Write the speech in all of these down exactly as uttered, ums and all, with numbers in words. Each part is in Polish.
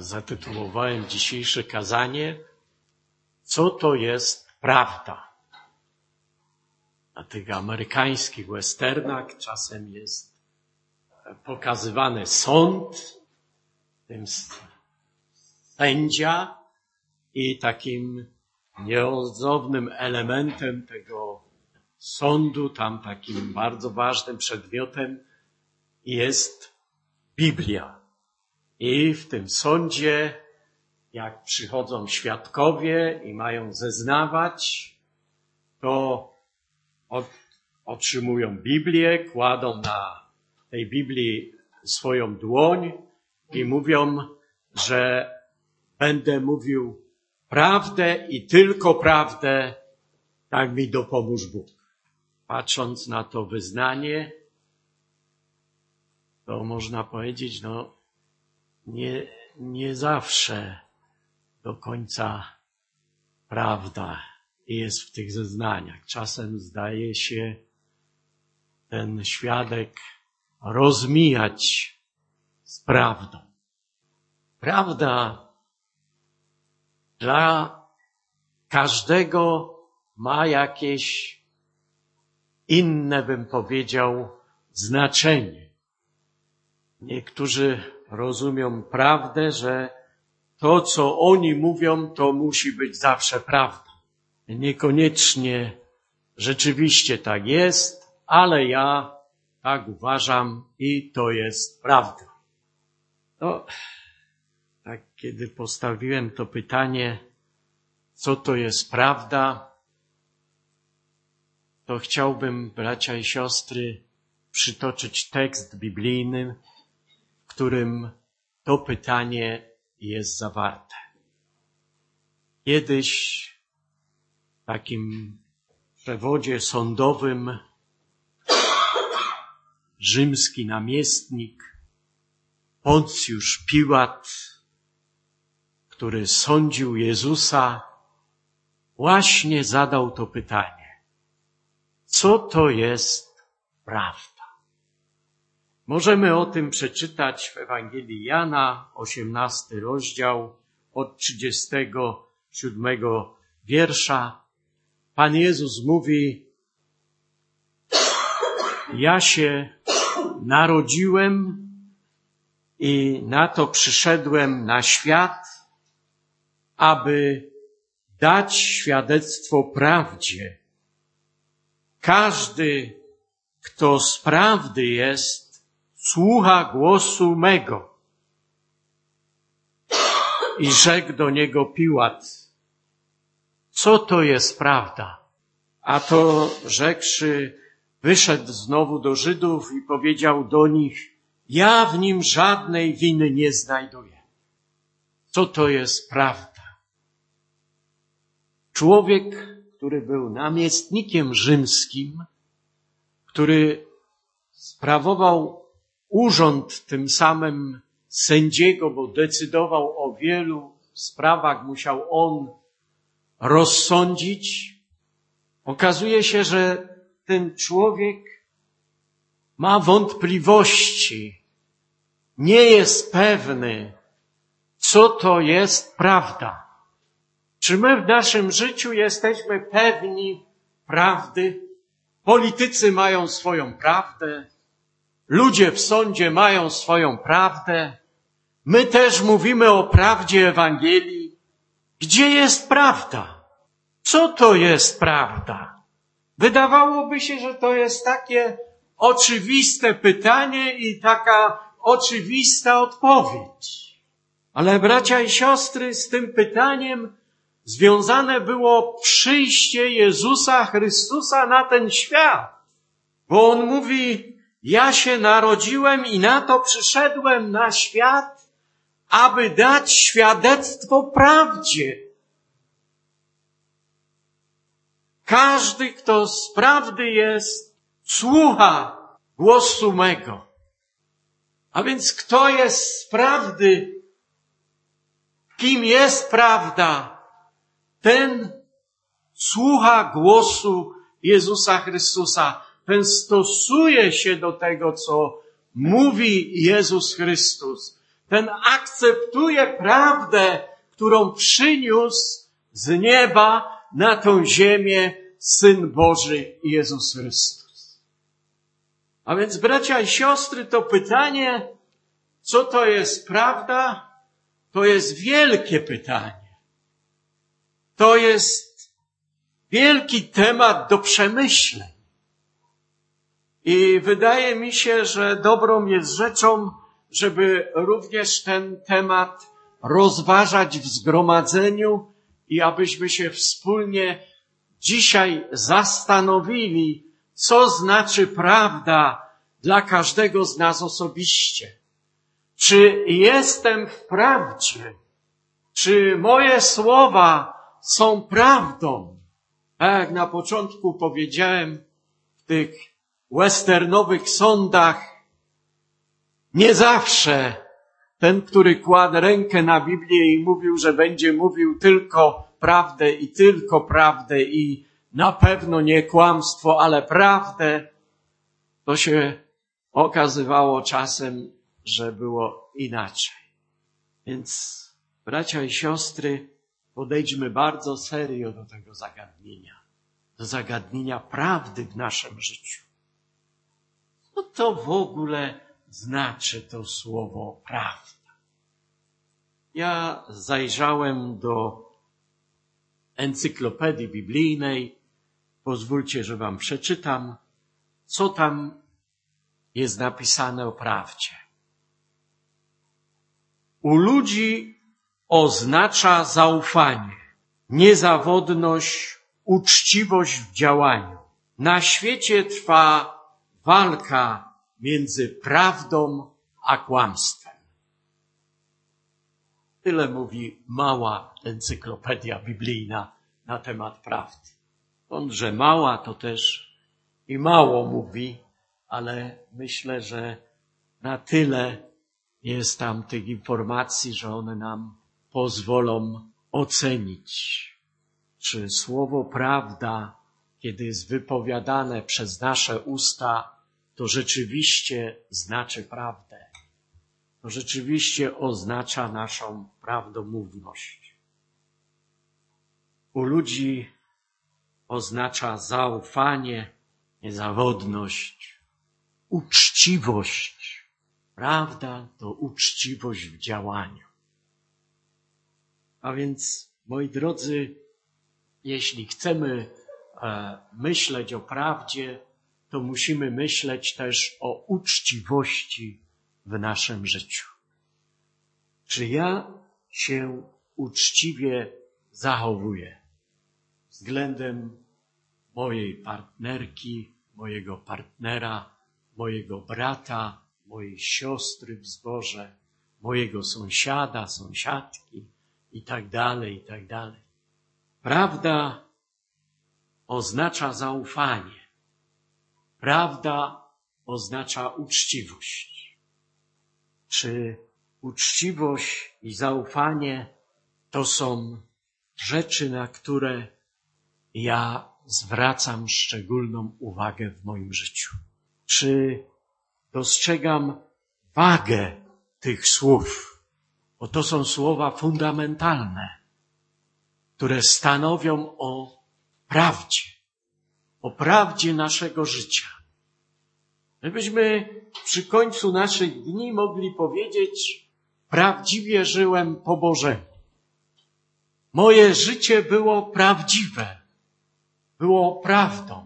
zatytułowałem dzisiejsze kazanie Co to jest prawda? Na tych amerykańskich westernach czasem jest pokazywany sąd, tym sędzia i takim nieodzownym elementem tego sądu, tam takim bardzo ważnym przedmiotem jest Biblia. I w tym sądzie, jak przychodzą świadkowie i mają zeznawać, to od, otrzymują Biblię, kładą na tej Biblii swoją dłoń i mówią, że będę mówił prawdę i tylko prawdę, tak mi dopomóż Bóg. Patrząc na to wyznanie, to można powiedzieć, no nie, nie zawsze do końca prawda jest w tych zeznaniach. Czasem zdaje się ten świadek rozmijać z prawdą. Prawda dla każdego ma jakieś inne, bym powiedział, znaczenie. Niektórzy rozumią prawdę, że to, co oni mówią, to musi być zawsze prawda. Niekoniecznie rzeczywiście tak jest, ale ja tak uważam i to jest prawda. No, tak kiedy postawiłem to pytanie, co to jest prawda, to chciałbym, bracia i siostry, przytoczyć tekst biblijny, w którym to pytanie jest zawarte. Kiedyś w takim przewodzie sądowym rzymski namiestnik Poncjusz Piłat, który sądził Jezusa, właśnie zadał to pytanie. Co to jest prawda? Możemy o tym przeczytać w Ewangelii Jana, osiemnasty rozdział, od trzydziestego siódmego wiersza. Pan Jezus mówi, ja się narodziłem i na to przyszedłem na świat, aby dać świadectwo prawdzie. Każdy, kto z prawdy jest, słucha głosu mego. I rzekł do niego Piłat, co to jest prawda? A to rzekłszy, wyszedł znowu do Żydów i powiedział do nich, ja w nim żadnej winy nie znajduję. Co to jest prawda? Człowiek, który był namiestnikiem rzymskim, który sprawował urząd tym samym sędziego, bo decydował o wielu sprawach, musiał on rozsądzić. Okazuje się, że ten człowiek ma wątpliwości, nie jest pewny, co to jest prawda. Czy my w naszym życiu jesteśmy pewni prawdy? Politycy mają swoją prawdę, ludzie w sądzie mają swoją prawdę. My też mówimy o prawdzie Ewangelii. Gdzie jest prawda? Co to jest prawda? Wydawałoby się, że to jest takie oczywiste pytanie i taka oczywista odpowiedź. Ale bracia i siostry, z tym pytaniem związane było przyjście Jezusa Chrystusa na ten świat. Bo On mówi, ja się narodziłem i na to przyszedłem na świat, aby dać świadectwo prawdzie. Każdy, kto z prawdy jest, słucha głosu mego. A więc kto jest z prawdy, kim jest prawda, ten słucha głosu Jezusa Chrystusa. Ten stosuje się do tego, co mówi Jezus Chrystus. ten akceptuje prawdę, którą przyniósł z nieba na tą ziemię Syn Boży Jezus Chrystus. A więc, bracia i siostry, to pytanie, co to jest prawda, to jest wielkie pytanie. To jest wielki temat do przemyśleń. I wydaje mi się, że dobrą jest rzeczą, żeby również ten temat rozważać w zgromadzeniu i abyśmy się wspólnie dzisiaj zastanowili, co znaczy prawda dla każdego z nas osobiście. Czy jestem w prawdzie? Czy moje słowa są prawdą? Tak jak na początku powiedziałem, w tych westernowych sądach nie zawsze ten, który kładł rękę na Biblię i mówił, że będzie mówił tylko prawdę i tylko prawdę i na pewno nie kłamstwo, ale prawdę, to się okazywało czasem, że było inaczej. Więc, bracia i siostry, podejdźmy bardzo serio do tego zagadnienia, do zagadnienia prawdy w naszym życiu. Co to w ogóle znaczy to słowo prawda? Ja zajrzałem do encyklopedii biblijnej. Pozwólcie, że wam przeczytam, co tam jest napisane o prawdzie. U ludzi oznacza zaufanie, niezawodność, uczciwość w działaniu. Na świecie trwa walka między prawdą a kłamstwem. Tyle mówi mała encyklopedia biblijna na temat prawdy. Stąd, że mała, to też i mało mówi, ale myślę, że na tyle jest tam tych informacji, że one nam pozwolą ocenić, czy słowo prawda, kiedy jest wypowiadane przez nasze usta, to rzeczywiście znaczy prawdę. To rzeczywiście oznacza naszą prawdomówność. U ludzi oznacza zaufanie, niezawodność, uczciwość. Prawda to uczciwość w działaniu. A więc, moi drodzy, jeśli chcemy e, myśleć o prawdzie, to musimy myśleć też o uczciwości w naszym życiu. Czy ja się uczciwie zachowuję względem mojej partnerki, mojego partnera, mojego brata, mojej siostry w zborze, mojego sąsiada, sąsiadki i tak dalej, i tak dalej. Prawda oznacza zaufanie. Prawda oznacza uczciwość. Czy uczciwość i zaufanie to są rzeczy, na które ja zwracam szczególną uwagę w moim życiu? Czy dostrzegam wagę tych słów? Bo to są słowa fundamentalne, które stanowią o prawdzie, o prawdzie naszego życia. Żebyśmy przy końcu naszych dni mogli powiedzieć, prawdziwie żyłem po Bożemu. Moje życie było prawdziwe, było prawdą.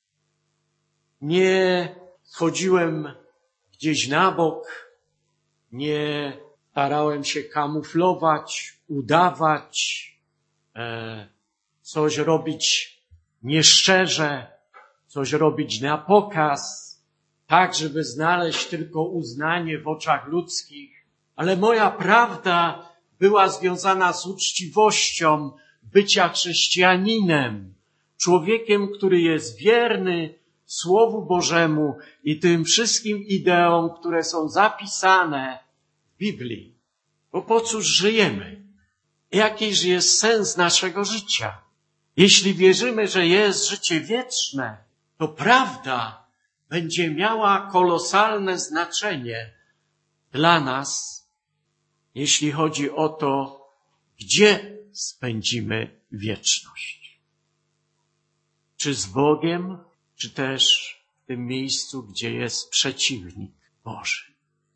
Nie chodziłem gdzieś na bok, nie starałem się kamuflować, udawać, e, coś robić nieszczerze, coś robić na pokaz, tak, żeby znaleźć tylko uznanie w oczach ludzkich. Ale moja prawda była związana z uczciwością bycia chrześcijaninem, człowiekiem, który jest wierny Słowu Bożemu i tym wszystkim ideom, które są zapisane w Biblii. Bo po cóż żyjemy? Jakiż jest sens naszego życia? Jeśli wierzymy, że jest życie wieczne, to prawda będzie miała kolosalne znaczenie dla nas jeśli chodzi o to, gdzie spędzimy wieczność. Czy z Bogiem, czy też w tym miejscu, gdzie jest przeciwnik Boży.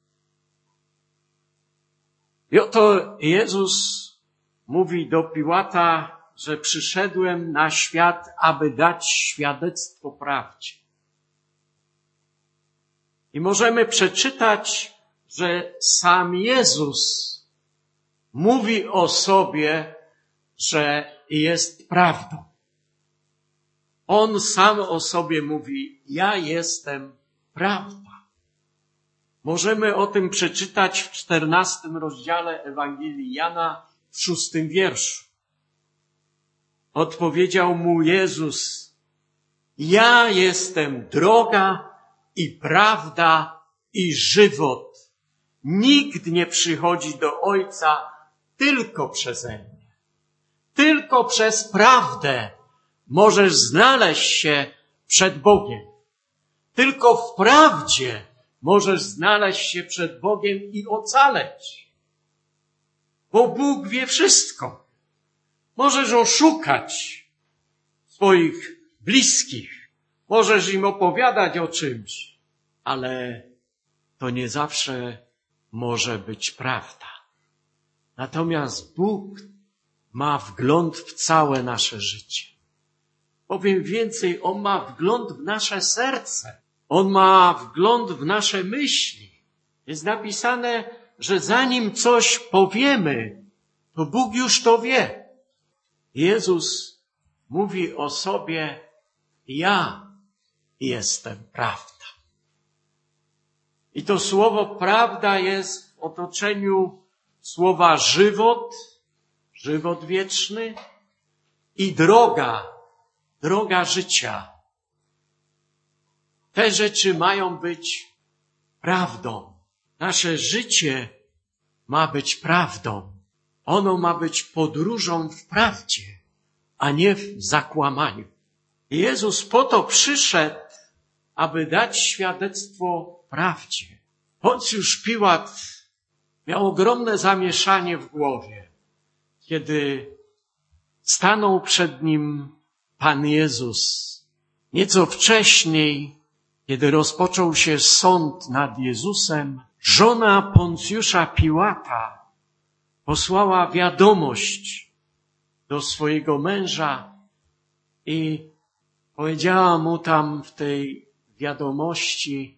I oto Jezus mówi do Piłata, że przyszedłem na świat, aby dać świadectwo prawdzie. I możemy przeczytać, że sam Jezus mówi o sobie, że jest prawdą. On sam o sobie mówi, ja jestem prawda. Możemy o tym przeczytać w czternastym rozdziale Ewangelii Jana, w szóstym wierszu. Odpowiedział mu Jezus, ja jestem droga i prawda i żywot. Nikt nie przychodzi do Ojca tylko przeze mnie. Tylko przez prawdę możesz znaleźć się przed Bogiem. Tylko w prawdzie możesz znaleźć się przed Bogiem i ocaleć. Bo Bóg wie wszystko. Możesz oszukać swoich bliskich. Możesz im opowiadać o czymś. Ale to nie zawsze może być prawda. Natomiast Bóg ma wgląd w całe nasze życie. Powiem więcej, On ma wgląd w nasze serce. On ma wgląd w nasze myśli. Jest napisane, że zanim coś powiemy, to Bóg już to wie. Jezus mówi o sobie, ja jestem prawda. I to słowo prawda jest w otoczeniu słowa żywot, żywot wieczny i droga, droga życia. Te rzeczy mają być prawdą. Nasze życie ma być prawdą. Ono ma być podróżą w prawdzie, a nie w zakłamaniu. Jezus po to przyszedł, aby dać świadectwo prawdzie. Poncjusz Piłat miał ogromne zamieszanie w głowie, kiedy stanął przed nim Pan Jezus. Nieco wcześniej, kiedy rozpoczął się sąd nad Jezusem, żona Poncjusza Piłata posłała wiadomość do swojego męża i powiedziała mu tam w tej wiadomości,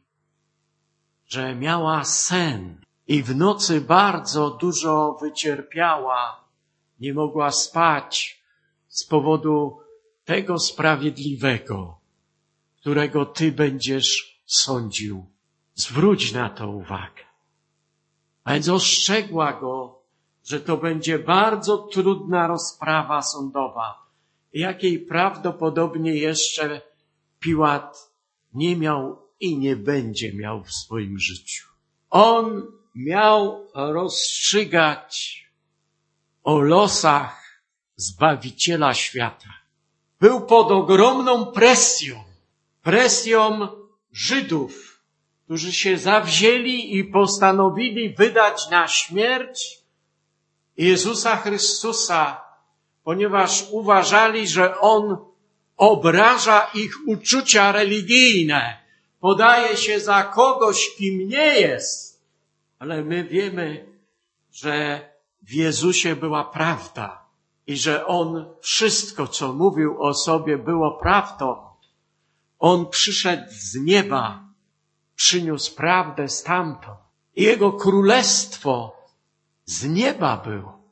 że miała sen i w nocy bardzo dużo wycierpiała, nie mogła spać z powodu tego sprawiedliwego, którego Ty będziesz sądził. Zwróć na to uwagę. A więc ostrzegła go, że to będzie bardzo trudna rozprawa sądowa, jakiej prawdopodobnie jeszcze Piłat nie miał i nie będzie miał w swoim życiu. On miał rozstrzygać o losach Zbawiciela świata. Był pod ogromną presją, presją Żydów, którzy się zawzięli i postanowili wydać na śmierć Jezusa Chrystusa, ponieważ uważali, że On obraża ich uczucia religijne, podaje się za kogoś, kim nie jest. Ale my wiemy, że w Jezusie była prawda i że On wszystko, co mówił o sobie, było prawdą. On przyszedł z nieba, przyniósł prawdę stamtąd. I Jego królestwo z nieba było.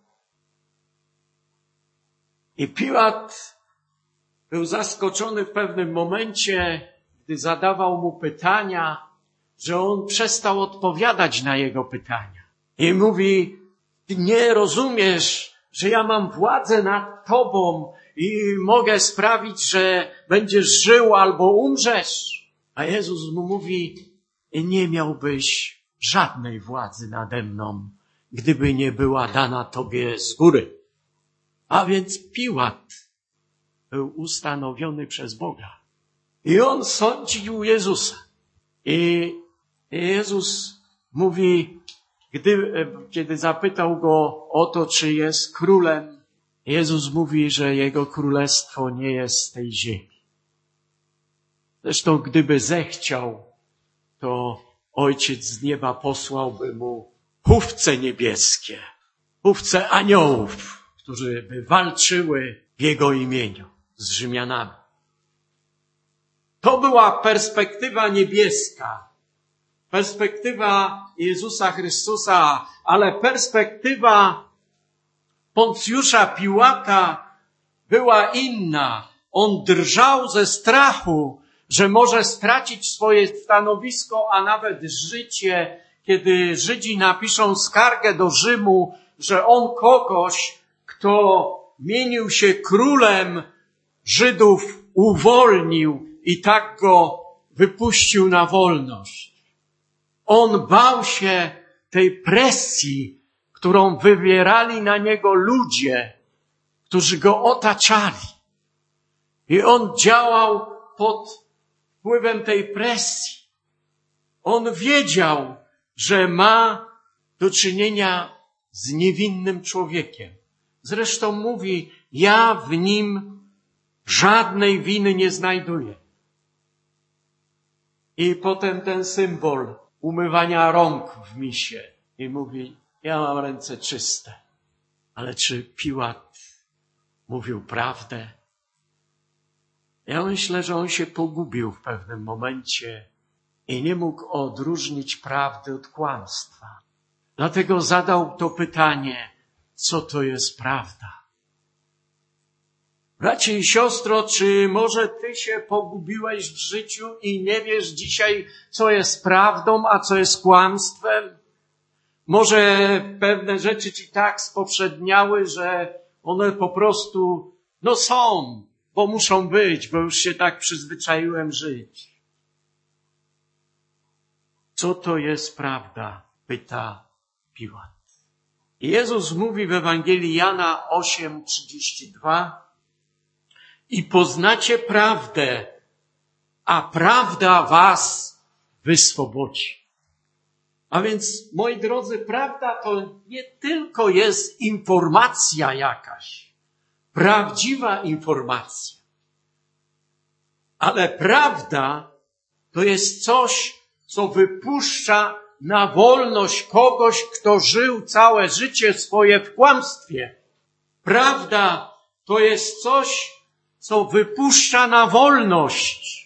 I Piłat był zaskoczony w pewnym momencie, gdy zadawał mu pytania, że on przestał odpowiadać na jego pytania. I mówi, ty nie rozumiesz, że ja mam władzę nad tobą i mogę sprawić, że będziesz żył albo umrzesz. A Jezus mu mówi, nie miałbyś żadnej władzy nade mną, gdyby nie była dana tobie z góry. A więc Piłat był ustanowiony przez Boga. I on sądził Jezusa. I Jezus mówi, Gdy, kiedy zapytał go o to, czy jest królem, Jezus mówi, że Jego królestwo nie jest z tej ziemi. Zresztą gdyby zechciał, to Ojciec z nieba posłałby mu hufce niebieskie, hufce aniołów, którzy by walczyły w Jego imieniu z Rzymianami. To była perspektywa niebieska, perspektywa Jezusa Chrystusa, ale perspektywa Poncjusza Piłata była inna. On drżał ze strachu, że może stracić swoje stanowisko, a nawet życie, kiedy Żydzi napiszą skargę do Rzymu, że on kogoś, kto mienił się królem Żydów, uwolnił i tak go wypuścił na wolność. On bał się tej presji, którą wywierali na niego ludzie, którzy go otaczali. I on działał pod wpływem tej presji. On wiedział, że ma do czynienia z niewinnym człowiekiem. Zresztą mówi, ja w nim żadnej winy nie znajduję. I potem ten symbol umywania rąk w misie. I mówi, ja mam ręce czyste. Ale czy Piłat mówił prawdę? Ja myślę, że on się pogubił w pewnym momencie i nie mógł odróżnić prawdy od kłamstwa. Dlatego zadał to pytanie, co to jest prawda? Bracie i siostro, czy może ty się pogubiłeś w życiu i nie wiesz dzisiaj, co jest prawdą, a co jest kłamstwem? Może pewne rzeczy ci tak spoprzedniały, że one po prostu, no są, bo muszą być, bo już się tak przyzwyczaiłem żyć. Co to jest prawda? Pyta Piłat. I Jezus mówi w Ewangelii Jana osiem trzydzieści dwa i poznacie prawdę, a prawda was wyswobodzi. A więc, moi drodzy, prawda to nie tylko jest informacja jakaś, prawdziwa informacja, ale prawda to jest coś, co wypuszcza na wolność kogoś, kto żył całe życie swoje w kłamstwie. Prawda to jest coś, co wypuszcza na wolność.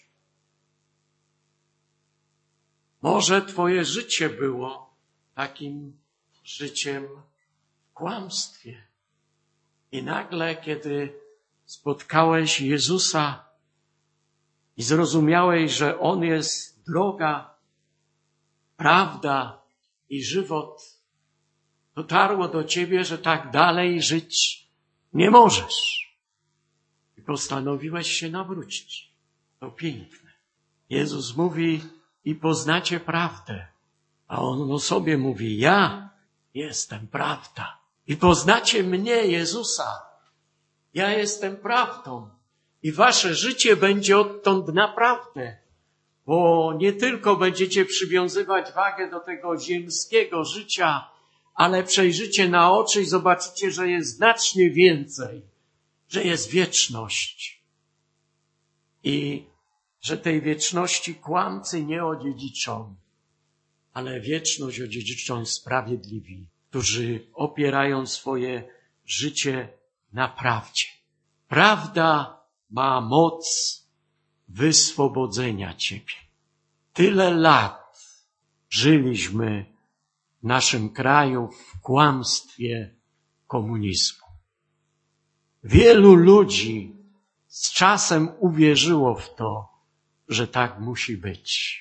Może twoje życie było takim życiem w kłamstwie. I nagle, kiedy spotkałeś Jezusa i zrozumiałeś, że On jest droga, prawda i żywot, dotarło do ciebie, że tak dalej żyć nie możesz. I postanowiłeś się nawrócić. To piękne. Jezus mówi, i poznacie prawdę. A On o sobie mówi, ja jestem prawda. I poznacie mnie, Jezusa. Ja jestem prawdą. I wasze życie będzie odtąd naprawdę. Bo nie tylko będziecie przywiązywać wagę do tego ziemskiego życia, ale przejrzycie na oczy i zobaczycie, że jest znacznie więcej. Że jest wieczność. I że tej wieczności kłamcy nie odziedziczą, ale wieczność odziedziczą sprawiedliwi, którzy opierają swoje życie na prawdzie. Prawda ma moc wyswobodzenia ciebie. Tyle lat żyliśmy w naszym kraju w kłamstwie komunizmu. Wielu ludzi z czasem uwierzyło w to, że tak musi być.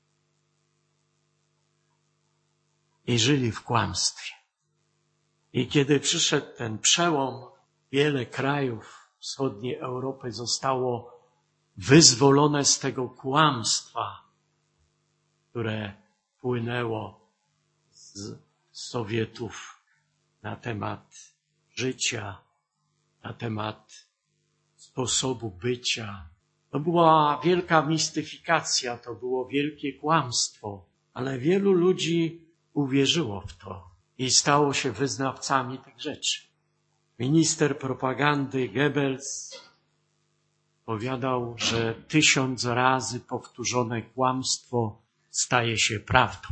I żyli w kłamstwie. I kiedy przyszedł ten przełom, wiele krajów wschodniej Europy zostało wyzwolone z tego kłamstwa, które płynęło z Sowietów na temat życia, na temat sposobu bycia. To była wielka mistyfikacja, to było wielkie kłamstwo, ale wielu ludzi uwierzyło w to i stało się wyznawcami tych rzeczy. Minister propagandy Goebbels powiadał, że tysiąc razy powtórzone kłamstwo staje się prawdą.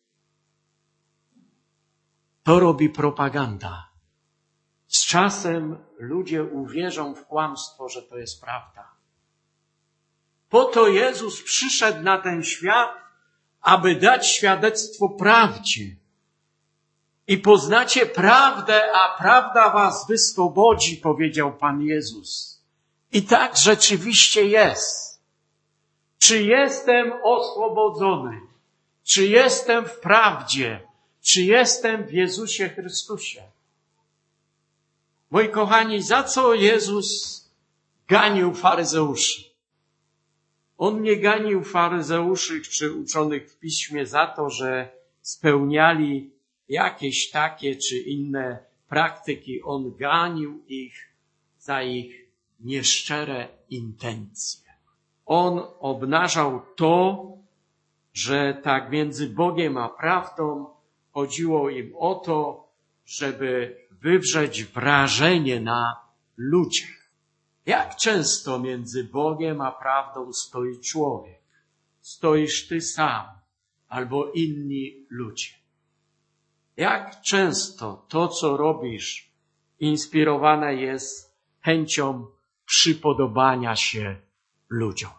To robi propaganda. Z czasem ludzie uwierzą w kłamstwo, że to jest prawda. Po to Jezus przyszedł na ten świat, aby dać świadectwo prawdzie. I poznacie prawdę, a prawda was wyswobodzi, powiedział Pan Jezus. I tak rzeczywiście jest. Czy jestem oswobodzony? Czy jestem w prawdzie? Czy jestem w Jezusie Chrystusie? Moi kochani, za co Jezus ganił faryzeuszy? On nie ganił faryzeuszy czy uczonych w piśmie za to, że spełniali jakieś takie czy inne praktyki. On ganił ich za ich nieszczere intencje. On obnażał to, że tak między Bogiem a prawdą chodziło im o to, żeby wywrzeć wrażenie na ludziach. Jak często między Bogiem a prawdą stoi człowiek? Stoisz ty sam albo inni ludzie. Jak często to, co robisz, inspirowane jest chęcią przypodobania się ludziom?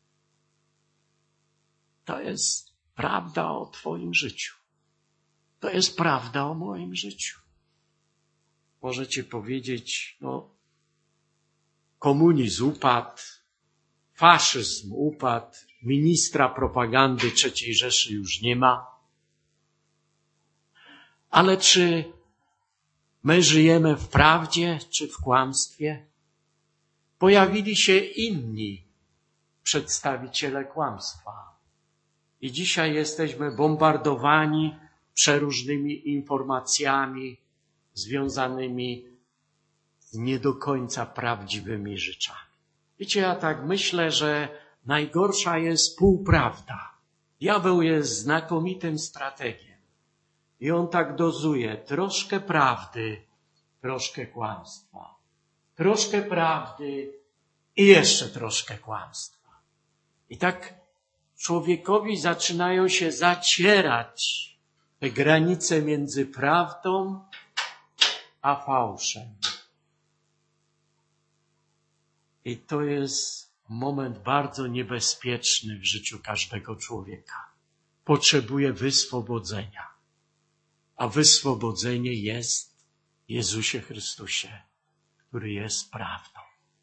To jest prawda o twoim życiu. To jest prawda o moim życiu. Możecie powiedzieć, no, komunizm upadł, faszyzm upadł, ministra propagandy trzeciej Rzeszy już nie ma. Ale czy my żyjemy w prawdzie, czy w kłamstwie? Pojawili się inni przedstawiciele kłamstwa. I dzisiaj jesteśmy bombardowani przeróżnymi informacjami związanymi z nie do końca prawdziwymi rzeczami. Wiecie, ja tak myślę, że najgorsza jest półprawda. Diabeł jest znakomitym strategiem. I on tak dozuje troszkę prawdy, troszkę kłamstwa. Troszkę prawdy i jeszcze troszkę kłamstwa. I tak człowiekowi zaczynają się zacierać te granice między prawdą a fałszem. I to jest moment bardzo niebezpieczny w życiu każdego człowieka. Potrzebuje wyswobodzenia. A wyswobodzenie jest w Jezusie Chrystusie, który jest prawdą.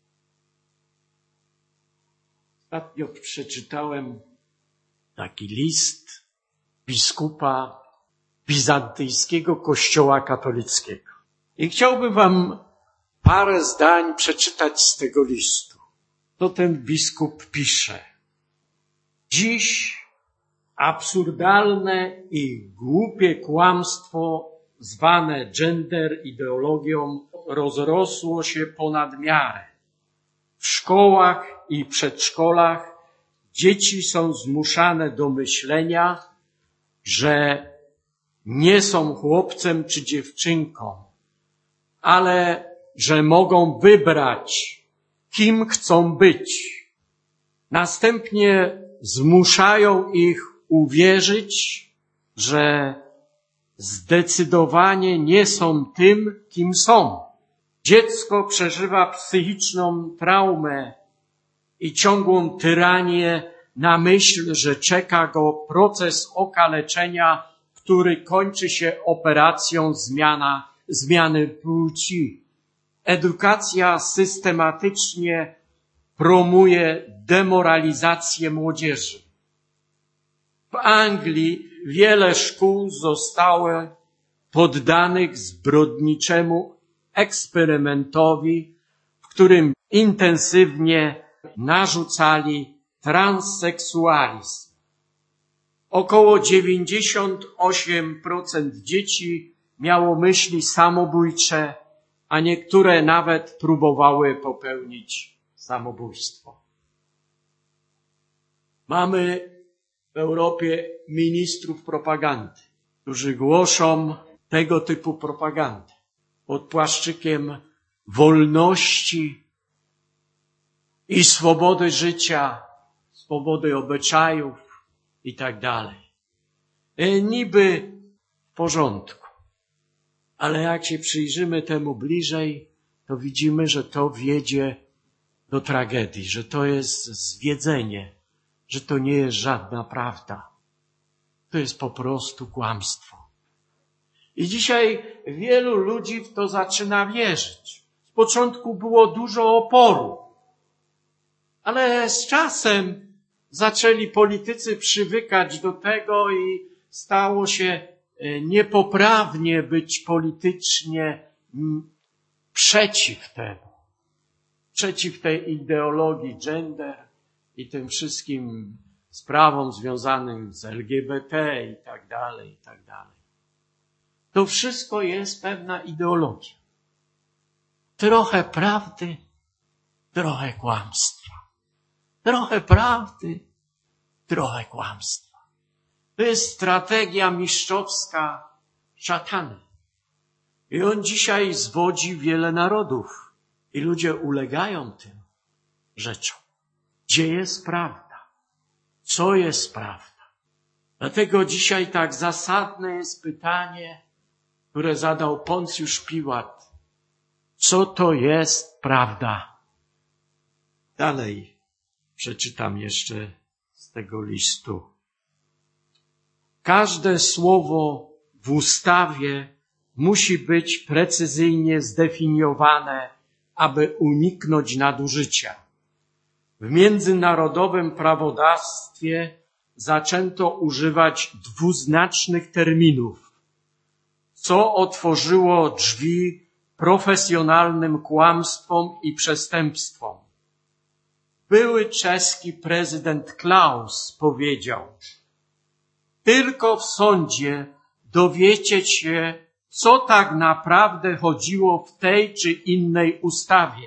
Ostatnio przeczytałem taki list biskupa bizantyjskiego kościoła katolickiego. I chciałbym wam parę zdań przeczytać z tego listu. To ten biskup pisze. Dziś absurdalne i głupie kłamstwo zwane gender ideologią rozrosło się ponad miarę. W szkołach i przedszkolach dzieci są zmuszane do myślenia, że nie są chłopcem czy dziewczynką, ale że mogą wybrać, kim chcą być. Następnie zmuszają ich uwierzyć, że zdecydowanie nie są tym, kim są. Dziecko przeżywa psychiczną traumę i ciągłą tyranię na myśl, że czeka go proces okaleczenia, który kończy się operacją zmiana, zmiany płci. Edukacja systematycznie promuje demoralizację młodzieży. W Anglii wiele szkół zostało poddanych zbrodniczemu eksperymentowi, w którym intensywnie narzucali transseksualizm. Około dziewięćdziesiąt osiem procent dzieci miało myśli samobójcze, a niektóre nawet próbowały popełnić samobójstwo. Mamy w Europie ministrów propagandy, którzy głoszą tego typu propagandę pod płaszczykiem wolności i swobody życia, swobody obyczajów i tak dalej. Niby w porządku, ale jak się przyjrzymy temu bliżej, to widzimy, że to wiedzie do tragedii, że to jest zwiedzenie, że to nie jest żadna prawda. To jest po prostu kłamstwo. I dzisiaj wielu ludzi w to zaczyna wierzyć. Z początku było dużo oporu, ale z czasem zaczęli politycy przywykać do tego i stało się niepoprawnie być politycznie przeciw temu. Przeciw tej ideologii gender i tym wszystkim sprawom związanym z L G B T i tak dalej, i tak dalej. To wszystko jest pewna ideologia. Trochę prawdy, trochę kłamstwa. Trochę prawdy, trochę kłamstwa. To jest strategia mistrzowska szatana. I on dzisiaj zwodzi wiele narodów. I ludzie ulegają tym rzeczom. Gdzie jest prawda? Co jest prawda? Dlatego dzisiaj tak zasadne jest pytanie, które zadał Poncjusz Piłat. Co to jest prawda? Dalej przeczytam jeszcze z tego listu. Każde słowo w ustawie musi być precyzyjnie zdefiniowane, aby uniknąć nadużycia. W międzynarodowym prawodawstwie zaczęto używać dwuznacznych terminów, co otworzyło drzwi profesjonalnym kłamstwom i przestępstwom. Były czeski prezydent Klaus powiedział: tylko w sądzie dowiecie się, co tak naprawdę chodziło w tej czy innej ustawie.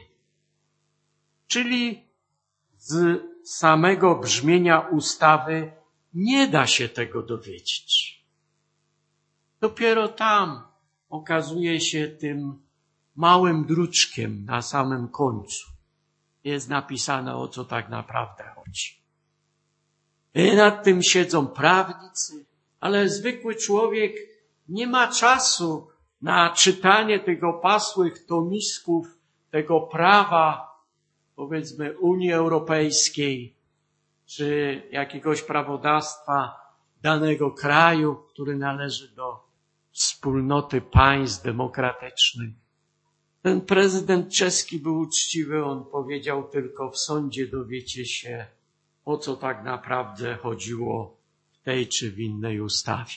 Czyli z samego brzmienia ustawy nie da się tego dowiedzieć. Dopiero tam okazuje się tym małym druczkiem na samym końcu. Jest napisane, o co tak naprawdę chodzi. I nad tym siedzą prawnicy, ale zwykły człowiek nie ma czasu na czytanie tych opasłych tomisków, tego prawa, powiedzmy, Unii Europejskiej, czy jakiegoś prawodawstwa danego kraju, który należy do wspólnoty państw demokratycznych. Ten prezydent czeski był uczciwy, on powiedział tylko: w sądzie dowiecie się, o co tak naprawdę chodziło w tej czy w innej ustawie.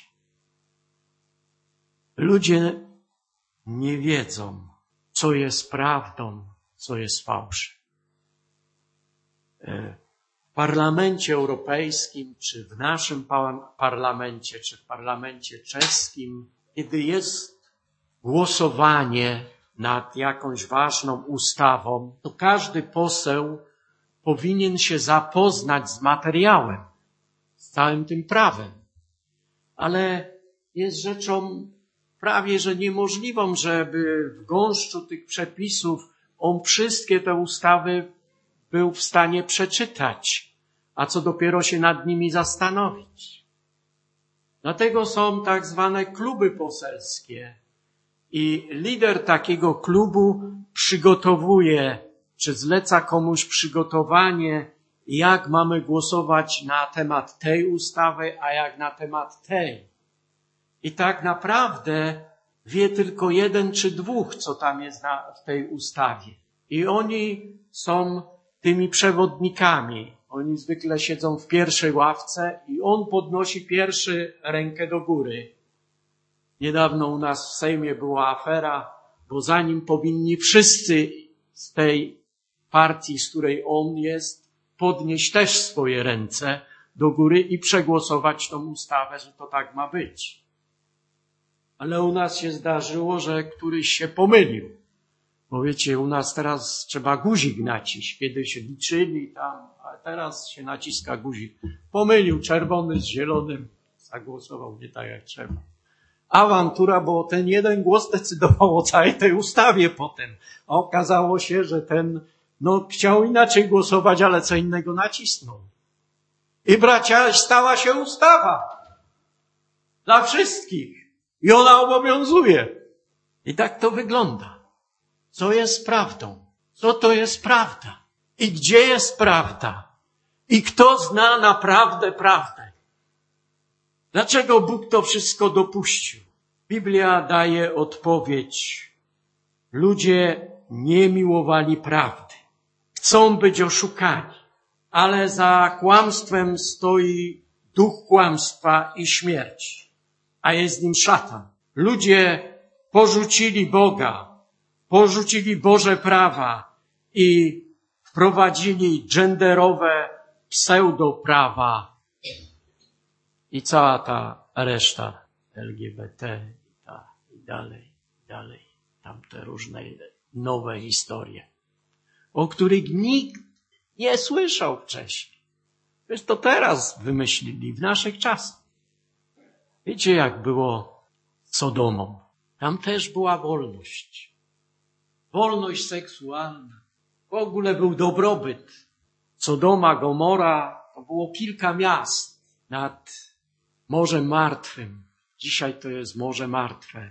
Ludzie nie wiedzą, co jest prawdą, co jest fałszem. W Parlamencie Europejskim, czy w naszym parlamencie, czy w parlamencie czeskim, kiedy jest głosowanie nad jakąś ważną ustawą, to każdy poseł powinien się zapoznać z materiałem, z całym tym prawem. Ale jest rzeczą prawie że niemożliwą, żeby w gąszczu tych przepisów on wszystkie te ustawy był w stanie przeczytać, a co dopiero się nad nimi zastanowić. Dlatego są tak zwane kluby poselskie i lider takiego klubu przygotowuje, czy zleca komuś przygotowanie, jak mamy głosować na temat tej ustawy, a jak na temat tej. I tak naprawdę wie tylko jeden czy dwóch, co tam jest na, w tej ustawie. I oni są tymi przewodnikami. Oni zwykle siedzą w pierwszej ławce i on podnosi pierwszy rękę do góry. Niedawno u nas w Sejmie była afera, bo za nim powinni wszyscy z tej partii, z której on jest, podnieść też swoje ręce do góry i przegłosować tą ustawę, że to tak ma być. Ale u nas się zdarzyło, że któryś się pomylił. Bo wiecie, u nas teraz trzeba guzik nacisk. Kiedyś liczyli tam, a teraz się naciska guzik. Pomylił czerwony z zielonym, zagłosował nie tak jak trzeba. awantura, bo ten jeden głos decydował o całej tej ustawie potem. A okazało się, że ten no, chciał inaczej głosować, ale co innego nacisnął. I bracia, stała się ustawa. Dla wszystkich. I ona obowiązuje. I tak to wygląda. Co jest prawdą? Co to jest prawda? I gdzie jest prawda? I kto zna naprawdę prawdę? Dlaczego Bóg to wszystko dopuścił? Biblia daje odpowiedź. Ludzie nie miłowali prawdy. Chcą być oszukani. Ale za kłamstwem stoi duch kłamstwa i śmierci. A jest nim szatan. Ludzie porzucili Boga, porzucili Boże prawa i wprowadzili genderowe pseudoprawa i cała ta reszta L G B T i, ta, i dalej, i dalej, tamte różne nowe historie, o których nikt nie słyszał wcześniej. Wiesz, to teraz wymyślili, w naszych czasach. Wiecie, jak było z Sodomą? Tam też była wolność. Wolność seksualna. W ogóle był dobrobyt. Sodoma, Gomora, to było kilka miast nad Morzem Martwym. Dzisiaj to jest Morze Martwe.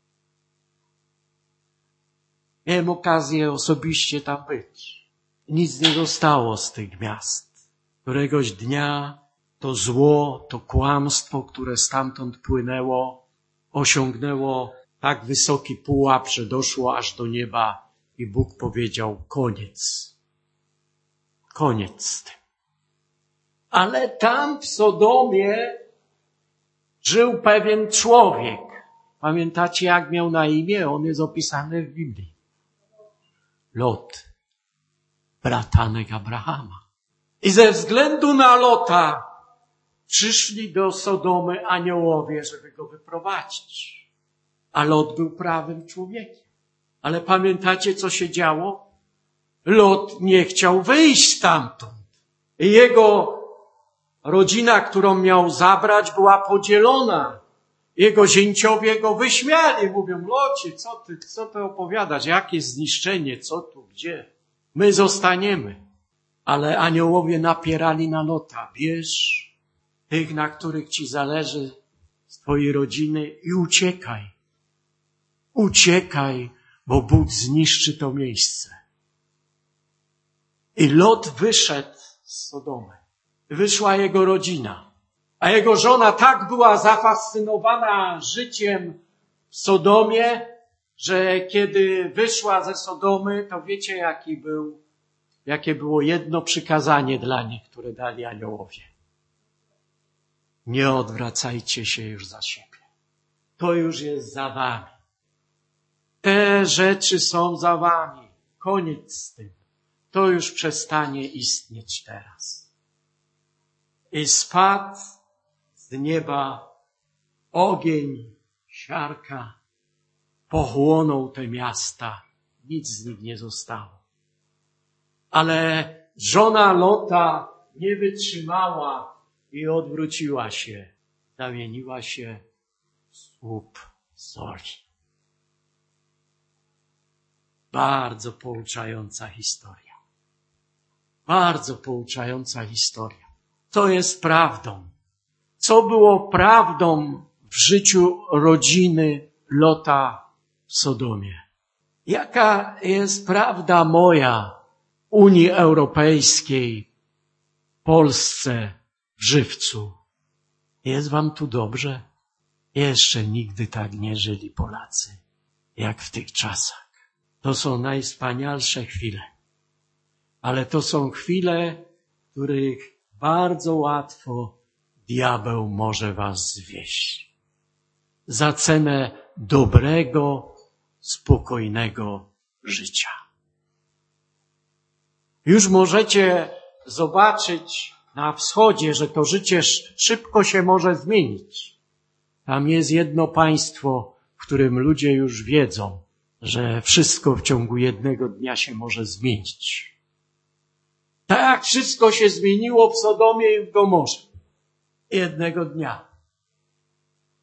Miałem okazję osobiście tam być. Nic nie zostało z tych miast. Któregoś dnia to zło, to kłamstwo, które stamtąd płynęło, osiągnęło tak wysoki pułap, że doszło aż do nieba i Bóg powiedział koniec. Koniec z tym. Ale tam w Sodomie żył pewien człowiek. Pamiętacie, jak miał na imię? On jest opisany w Biblii. Lot, bratanek Abrahama. I ze względu na Lota przyszli do Sodomy aniołowie, żeby go wyprowadzić. A Lot był prawym człowiekiem. Ale pamiętacie, co się działo? Lot nie chciał wyjść stamtąd. I jego rodzina, którą miał zabrać, była podzielona. Jego zięciowie go wyśmiali. Mówią, Locie, co ty, co ty opowiadasz? Jakie zniszczenie? Co tu, gdzie? My zostaniemy. Ale aniołowie napierali na Lota. Bierz tych, na których ci zależy z twojej rodziny i uciekaj. Uciekaj, bo Bóg zniszczy to miejsce. I Lot wyszedł z Sodomy. Wyszła jego rodzina. A jego żona tak była zafascynowana życiem w Sodomie, że kiedy wyszła ze Sodomy, to wiecie, jaki był, jakie było jedno przykazanie dla nich, które dali aniołowie. Nie odwracajcie się już za siebie. To już jest za wami. Te rzeczy są za wami. Koniec z tym. To już przestanie istnieć teraz. I spadł z nieba ogień, siarka, pochłonął te miasta. Nic z nich nie zostało. Ale żona Lota nie wytrzymała i odwróciła się. Zamieniła się w słup soli. Bardzo pouczająca historia. Bardzo pouczająca historia. Co jest prawdą? Co było prawdą w życiu rodziny Lota w Sodomie? Jaka jest prawda moja w Unii Europejskiej, w Polsce, w Żywcu? Jest wam tu dobrze? Jeszcze nigdy tak nie żyli Polacy, jak w tych czasach. To są najwspanialsze chwile. Ale to są chwile, w których bardzo łatwo diabeł może was zwieść. Za cenę dobrego, spokojnego życia. Już możecie zobaczyć na wschodzie, że to życie szybko się może zmienić. Tam jest jedno państwo, w którym ludzie już wiedzą, że wszystko w ciągu jednego dnia się może zmienić. Tak jak wszystko się zmieniło w Sodomie i w Gomorze. Jednego dnia.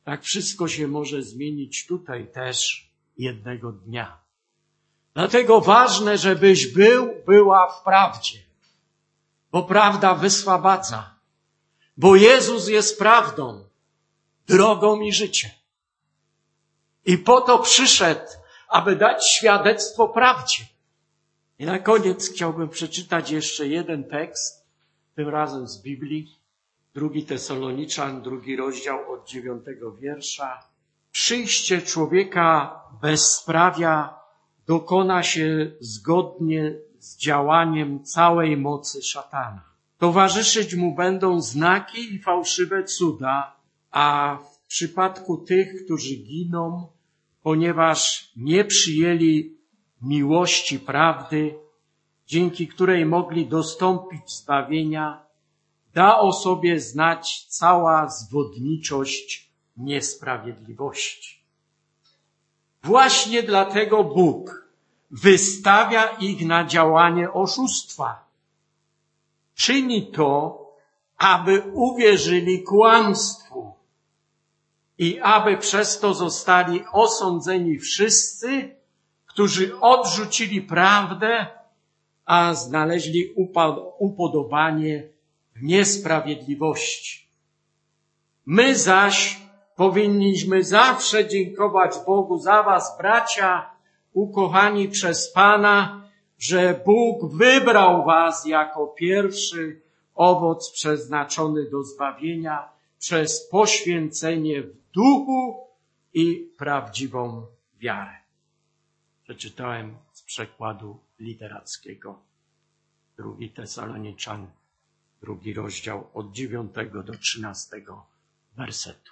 Tak wszystko się może zmienić tutaj też jednego dnia. Dlatego ważne, żebyś był, była w prawdzie, bo prawda wyswobadza, bo Jezus jest prawdą, drogą i życiem. I po to przyszedł, aby dać świadectwo prawdzie. I na koniec chciałbym przeczytać jeszcze jeden tekst, tym razem z Biblii, drugi Tesaloniczan, drugi rozdział od dziewiątego wiersza. Przyjście człowieka bezprawia dokona się zgodnie z działaniem całej mocy szatana. Towarzyszyć mu będą znaki i fałszywe cuda, a w przypadku tych, którzy giną, ponieważ nie przyjęli miłości prawdy, dzięki której mogli dostąpić zbawienia, da o sobie znać cała zwodniczość niesprawiedliwości. Właśnie dlatego Bóg wystawia ich na działanie oszustwa. Czyni to, aby uwierzyli kłamstwu i aby przez to zostali osądzeni wszyscy, którzy odrzucili prawdę, a znaleźli upodobanie w niesprawiedliwości. My zaś powinniśmy zawsze dziękować Bogu za was, bracia, ukochani przez Pana, że Bóg wybrał was jako pierwszy owoc przeznaczony do zbawienia przez poświęcenie w duchu i prawdziwą wiarę. Przeczytałem z przekładu literackiego. Drugi Tesaloniczan, drugi rozdział od dziewiątego do trzynastego wersetu.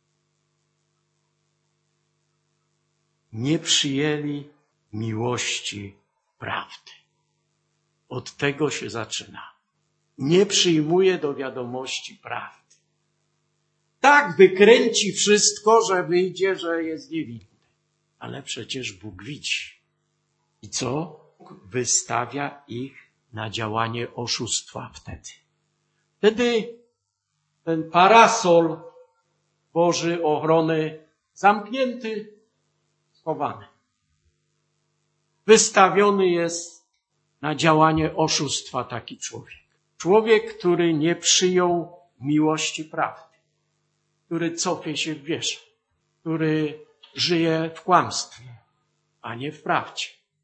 Nie przyjęli miłości prawdy. Od tego się zaczyna. Nie przyjmuje do wiadomości prawdy. Tak wykręci wszystko, że wyjdzie, że jest niewinny. Ale przecież Bóg widzi. I co? Wystawia ich na działanie oszustwa wtedy. Wtedy ten parasol Boży ochrony zamknięty, schowany. Wystawiony jest na działanie oszustwa taki człowiek. Człowiek, który nie przyjął miłości prawdy, który cofie się w wierze, który żyje w kłamstwie, a nie w prawdzie.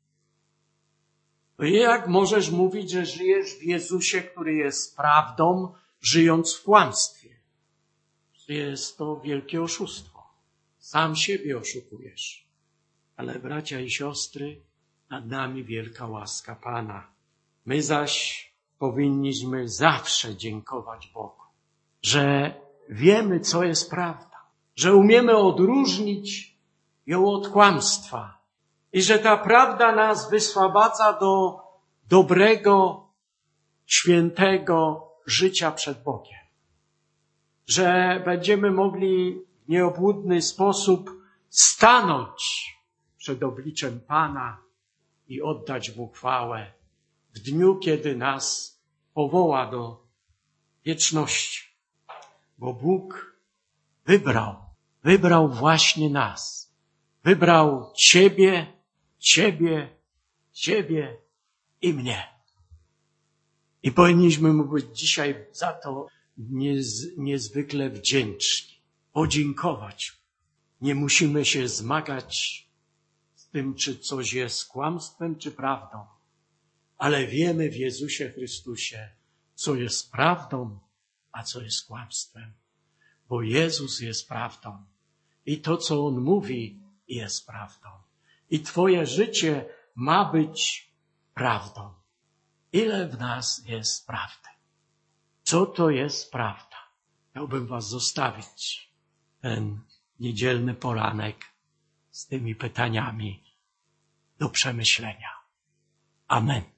Jak możesz mówić, że żyjesz w Jezusie, który jest prawdą, żyjąc w kłamstwie? Jest to wielkie oszustwo. Sam siebie oszukujesz. Ale bracia i siostry, nad nami wielka łaska Pana. My zaś powinniśmy zawsze dziękować Bogu, że wiemy, co jest prawda, że umiemy odróżnić ją od kłamstwa i że ta prawda nas wyswobadza do dobrego, świętego życia przed Bogiem. Że będziemy mogli w nieobłudny sposób stanąć przed obliczem Pana i oddać Mu chwałę w dniu, kiedy nas powoła do wieczności. Bo Bóg wybrał, wybrał właśnie nas. Wybrał Ciebie, Ciebie, Ciebie i mnie. I powinniśmy Mu być dzisiaj za to niez, niezwykle wdzięczni. Podziękować. Nie musimy się zmagać z tym, czy coś jest kłamstwem, czy prawdą. Ale wiemy w Jezusie Chrystusie, co jest prawdą, a co jest kłamstwem. Bo Jezus jest prawdą. I to, co On mówi, jest prawdą. I Twoje życie ma być prawdą. Ile w nas jest prawdy? Co to jest prawda? Chciałbym was zostawić ten niedzielny poranek z tymi pytaniami do przemyślenia. Amen.